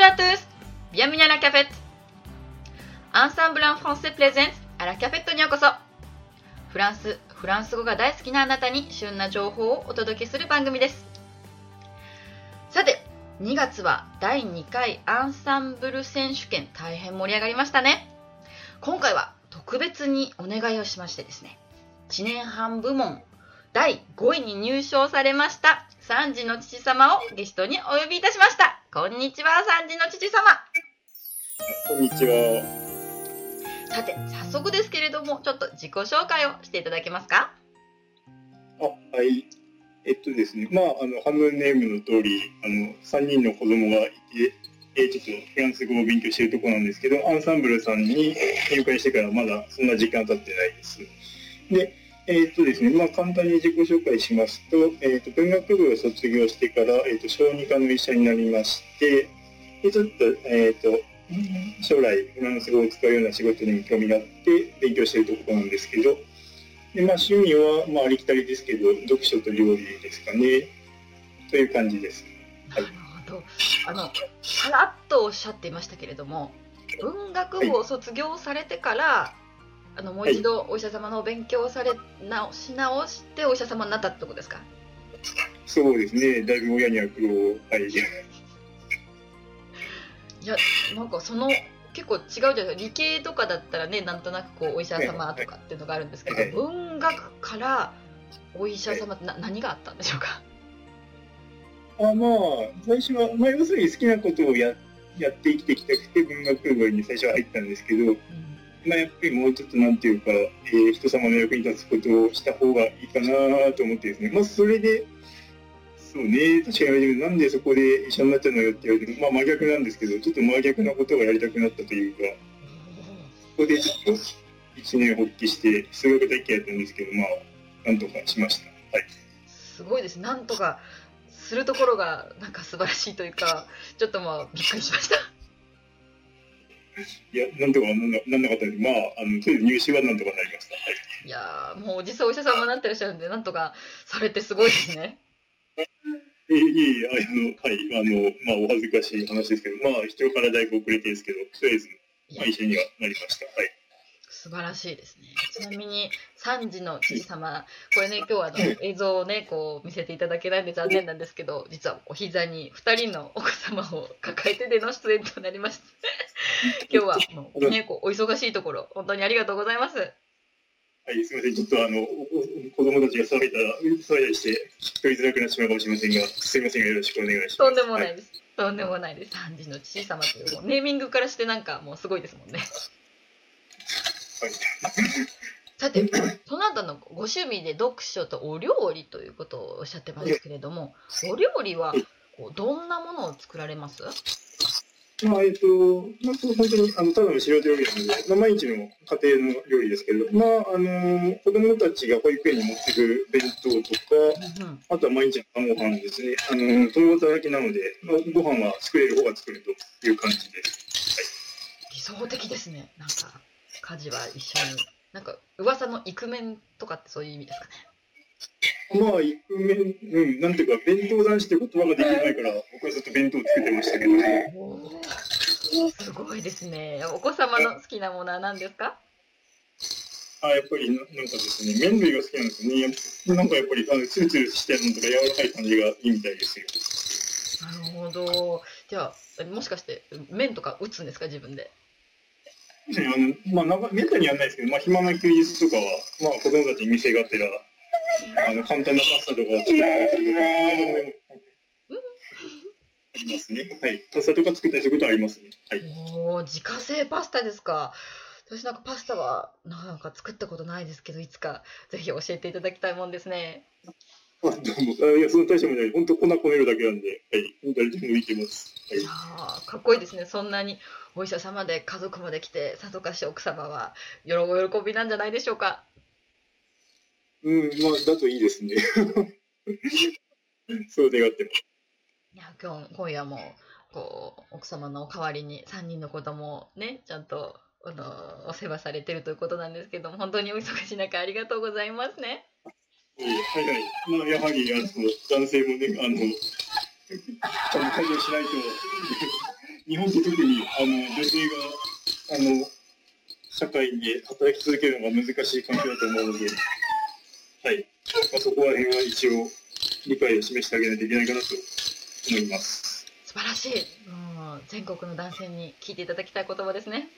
Bonjour à tous! Bienvenue à la cafette! Ensemble en français présente à la cafetteにようこそ。フランス語が大好きなあなたに旬な情報をお届けする番組です。さて、2月は第2回アンサンブル選手権、大変盛り上がりましたね。今回は特別にお願いをしましてですね、知念班部門第5位に入賞されました3児の父様をゲストにお呼びいたしました。こんにちは、3児の父様。 こんにちは。 さて、早速ですけれども、ちょっと自己紹介をしていただけますか？ はい。ですね、ハンドルネームの通り、3人の子供がいて、ちょっとフランス語を勉強しているところなんですけど、アンサンブルさんに入会してからまだそんな時間経ってないです。で、ですね、簡単に自己紹介しますと、文学部を卒業してから、小児科の医者になりまして、で、ちょっと、将来フランス語を使うような仕事にも興味があって勉強しているところなんですけど、で、趣味は、ありきたりですけど、読書と料理ですかね、という感じです。 なるほど。さらっとおっしゃっていましたけれども、文学部を卒業されてから、もう一度お医者様の勉強をし直してお医者様になったってことですか？ そうですね、だいぶ親には苦労を。 いや、なんか結構違うじゃないですか。理系とかだったらね、なんとなくお医者様とかっていうのがあるんですけど、文学からお医者様って何があったんでしょうか？ 最初は、要するに好きなことをやって生きてきたくて文学部に最初は入ったんですけど、やっぱりもうちょっとなんていうか、人様の役に立つことをした方がいいかなと思ってですね、それで、そうね、確かになんでそこで医者になっちゃうのよって言われて、真逆なんですけど、ちょっと真逆なことをやりたくなったというか、そこでちょっと一年発起して数学体系やったんですけど、なんとかしました。はい。 すごいです。なんとかするところがなんか素晴らしいというか、ちょっとびっくりしました。 いや、なんとかなんなかったので、とりあえず入試はなんとかなりました。はい。 いやー、もう実際お医者様になってらっしゃるんで、なんとかされてすごいですね。 はい、お恥ずかしい話ですけど、人からだいぶ遅れてるんですけど、とりあえず、医者にはなりました。はい。 素晴らしいですね。ちなみに3児の父様、これね、今日は映像をね、見せていただけないんで残念なんですけど、実はお膝に2人のお子様を抱えてでの出演となりました。今日はもうね、お忙しいところ、本当にありがとうございます。 はい、すみません。ちょっと子供たちが騒いだりして聞き取りづらくなってしまうかもしれませんが、すみませんがよろしくお願いします。 とんでもないです。とんでもないです。3児の父様というネーミングからしてなんかもうすごいですもんね。 はい、 さて、その後のご趣味で読書とお料理ということをおっしゃってますけれども、お料理はどんなものを作られます？ 本当にただの素人料理なので、毎日の家庭の料理ですけど、子供たちが保育園に持ってくる弁当とか、あとは毎日の晩ご飯ですね。共働きなので、ご飯は作れる方が作るという感じです。はい、 理想的ですね。なんか家事は一緒に、なんか噂のイクメンとかってそういう意味ですかね。 イクメン、なんていうか、弁当男子って言葉ができないから、僕はずっと弁当を作ってましたけどね。 すごいですね。お子様の好きなものは何ですか？ やっぱりなんかですね、麺類が好きなんですよね。なんかやっぱりツルツルしてるのとか柔らかい感じがいいみたいですよ。 なるほど。じゃあ、もしかして麺とか打つんですか、自分で？ めったにやらないですけど、暇な休日とかは、子供たちに店があったら、簡単なパスタとかを作ったりすることありますね。はい。パスタとか作ったりすることはありますね。はい。 自家製パスタですか。私なんかパスタはなんか作ったことないですけど、いつかぜひ教えていただきたいもんですね。 どうも。いや、その大したもんじゃない。本当粉こねるだけなんで、はい。誰でもいけます。はい。 かっこいいですね。そんなにお医者様で家族まで来てさぞかし奥様は喜びなんじゃないでしょうか。 だといいですね。そう願ってます。 いや、今夜も奥様の代わりに3人の子供をね、ちゃんとお世話されてるということなんですけども、本当にお忙しい中ありがとうございますね。 はいはい。やはり男性もね、ちゃんと家事をしないと日本って特に女性が社会で働き続けるのが難しい環境だと思うので、はい、そこら辺は一応理解を示してあげないといけないかなと思います。 素晴らしい。もう全国の男性に聞いていただきたい言葉ですね。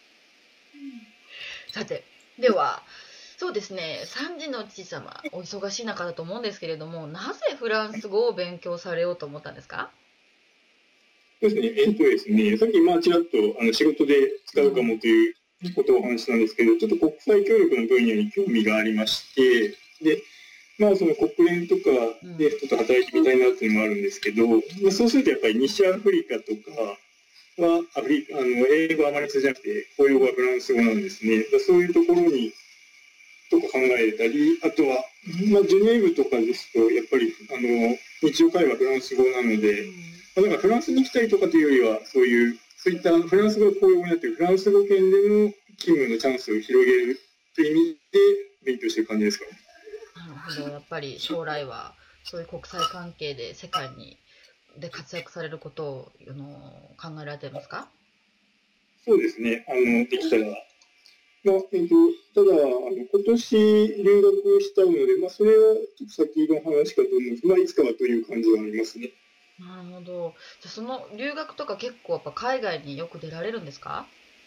さて、では、そうですね、3児のお父様、お忙しい中だと思うんですけれども、なぜフランス語を勉強されようと思ったんですか？ そうですね、さっきちらっと仕事で使うかもということをお話したんですけど、ちょっと国際協力の分野に興味がありまして、で、その国連とかでちょっと働いてみたいなっていうのもあるんですけど、そうするとやっぱり西アフリカとかは英語はあまり通じなくて、公用語はフランス語なんですね。そういうところにとか考えたり、あとは、ジュネーブとかですと、やっぱり日常会話フランス語なので、なんかフランスに来たりとかというよりは、そういったフランス語が公用語になっているフランス語圏での勤務のチャンスを広げるという意味で勉強している感じですかね。 なるほど。やっぱり将来はそういう国際関係で世界で活躍されることを考えられていますか？ そうですね。できたら。ただ、今年留学したので、それはちょっと先の話かと思うんですけど、いつかはという感じはありますね。 なるほど。じゃあその留学とか結構やっぱ海外によく出られるんですか？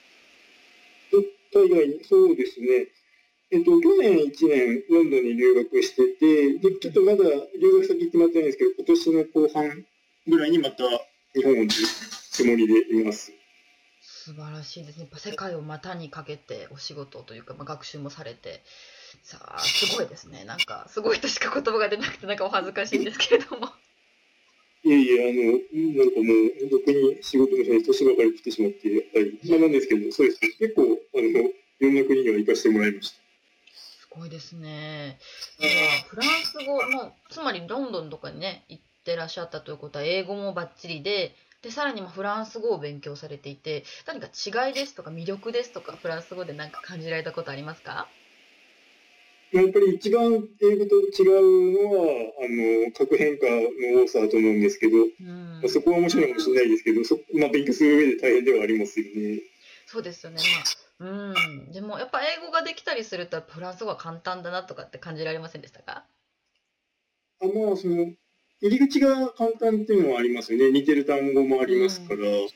海外に、そうですね。去年1年ロンドンに留学してて、で、ちょっとまだ留学先決まってないんですけど、今年の後半ぐらいにまた日本を出るつもりでいます。 素晴らしいですね。やっぱ世界を股にかけてお仕事というか、学習もされて、さあ、すごいですね。なんか、すごいとしか言葉が出なくて、なんかお恥ずかしいんですけれども。 いえいえ、なんかもう、俗に仕事の人に年ばかり来てしまって、はい。なんですけど、そうですね。結構、いろんな国には行かせてもらいました。 すごいですね。では、フランス語、つまりロンドンとかにね、行ってらっしゃったということは、英語もバッチリで、さらにフランス語を勉強されていて、何か違いですとか魅力ですとか、フランス語で何か感じられたことありますか？ やっぱり一番英語と違うのは、核変化の多さだと思うんですけど、そこは面白いかもしれないですけど、勉強する上で大変ではありますよね。 そうですよね。でもやっぱ英語ができたりすると、フランス語は簡単だなとかって感じられませんでしたか？ その、入り口が簡単っていうのはありますよね。似てる単語もありますから。で、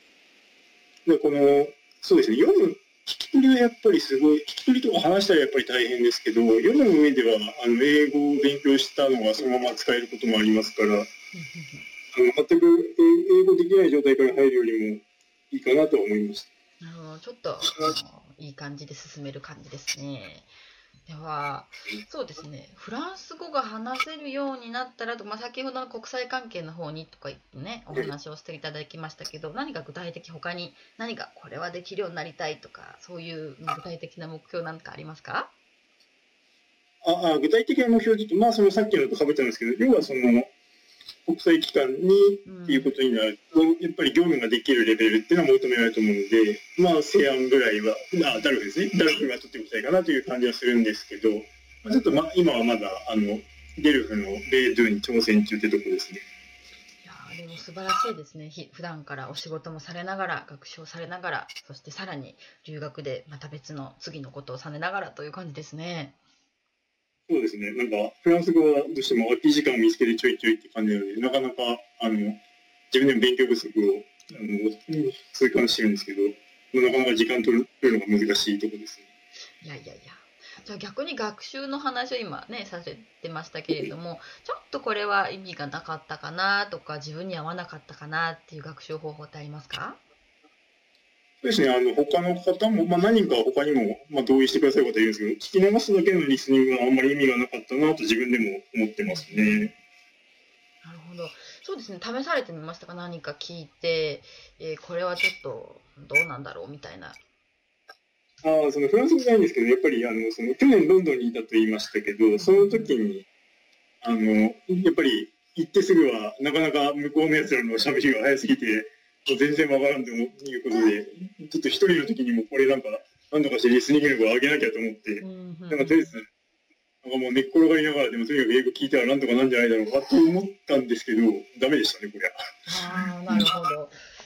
そうですね、聞き取りはやっぱりすごい、聞き取りとか話したらやっぱり大変ですけど、読む上では、英語を勉強したのがそのまま使えることもありますから、全く英語できない状態から入るよりもいいかなと思いました。 なるほど。ちょっと、いい感じで進める感じですね。では、そうですね、フランス語が話せるようになったらと、先ほどの国際関係の方にとか言ってね、お話をしていただきましたけど、何か具体的他に何かこれはできるようになりたいとか、そういう具体的な目標なんかありますか？ 具体的な目標で言うと、そのさっきのと被っちゃうんですけど、要は国際機関にっていうことになると、やっぱり業務ができるレベルっていうのは求められると思うので、西安ぐらいは、ダルフですね。ダルフは取っておきたいかなという感じはするんですけど、ちょっと今はまだ、デルフのベイドゥに挑戦中ってとこですね。 いやでも素晴らしいですね。普段からお仕事もされながら、学習をされながら、そしてさらに留学でまた別の次のことをされながらという感じですね。 そうですね。なんか、フランス語はどうしても空き時間を見つけてちょいちょいって感じなので、なかなか、自分でも勉強不足を、痛感してるんですけど、なかなか時間取るのが難しいところですね。 いやいやいや。じゃあ逆に学習の話を今ね、させてましたけれども、ちょっとこれは意味がなかったかなとか、自分に合わなかったかなっていう学習方法ってありますか？ そうですね。他の方も、何人か他にも、同意してくださる方いるんですけど、聞き流すだけのリスニングはあんまり意味がなかったなと自分でも思ってますね。 なるほど。そうですね。試されてみましたか？何か聞いて、これはちょっとどうなんだろうみたいな。 そのフランス語じゃないんですけど、やっぱり去年ロンドンにいたと言いましたけど、その時に、やっぱり行ってすぐは、なかなか向こうのやつらの喋りが早すぎて、全然わからんということで、ちょっと一人の時にもこれなんとかしてリスニング力を上げなきゃと思って、なんかとりあえず、なんかもう寝っ転がりながらでもとにかく英語聞いたらなんとかなんじゃないだろうかと思ったんですけど、ダメでしたね、これは。 なるほど。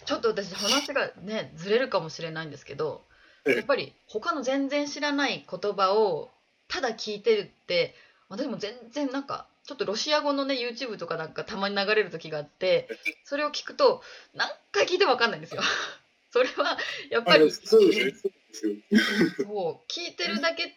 ちょっと私話がねずれるかもしれないんですけど、 ええやっぱり他の全然知らない言葉をただ聞いてるって私も全然なんかちょっとロシア語のね YouTube とかなんかたまに流れる時があって、それを聞くと何回聞いても分かんないんですよ。それはやっぱりそうですね。そうですよ。 そう聞いてるだけって、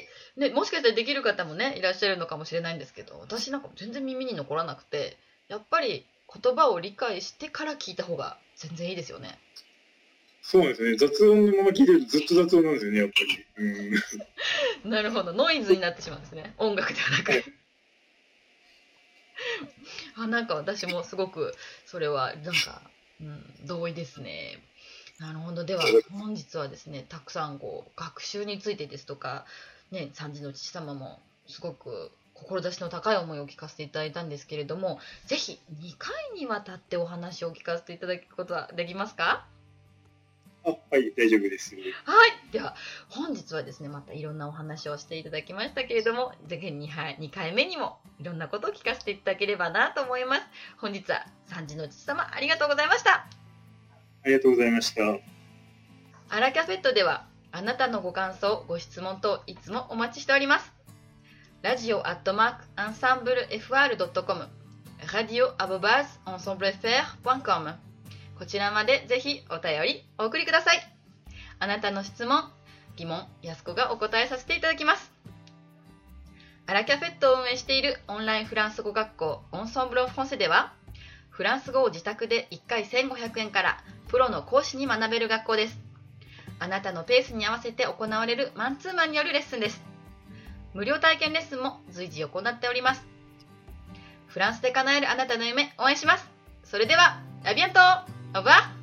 ね、もしかしたらできる方もねいらっしゃるのかもしれないんですけど、私なんか全然耳に残らなくて、やっぱり言葉を理解してから聞いた方が全然いいですよね。 そうですね。雑音のまま聞いてるとずっと雑音なんですよね、やっぱり。 なるほど、ノイズになってしまうんですね、音楽ではなく。なんか私もすごくそれはなんか、同意ですね。なるほど。では本日はですね、たくさん学習についてですとか、ね、三児の父様もすごく志の高い思いを聞かせていただいたんですけれども、ぜひ2回にわたってお話を聞かせていただくことはできますか？ はい、大丈夫です。 はい。では本日はですね、またいろんなお話をしていただきましたけれども、ぜひ2回目にもいろんなことを聞かせていただければなと思います。本日は三児の父様ありがとうございました。 ありがとうございました。 アラキャフェットではあなたのご感想、ご質問等いつもお待ちしております。ラジオ@ensemblefr.com、radio@ensemblefr.com、こちらまでぜひお便りお送りください。あなたの質問、疑問、やすこがお答えさせていただきます。アラキャフェットを運営しているオンラインフランス語学校オンソンブロンフォンセでは、フランス語を自宅で1回1500円からプロの講師に学べる学校です。あなたのペースに合わせて行われるマンツーマンによるレッスンです。無料体験レッスンも随時行っております。フランスで叶えるあなたの夢応援します。それでは、アビアント、オーバー。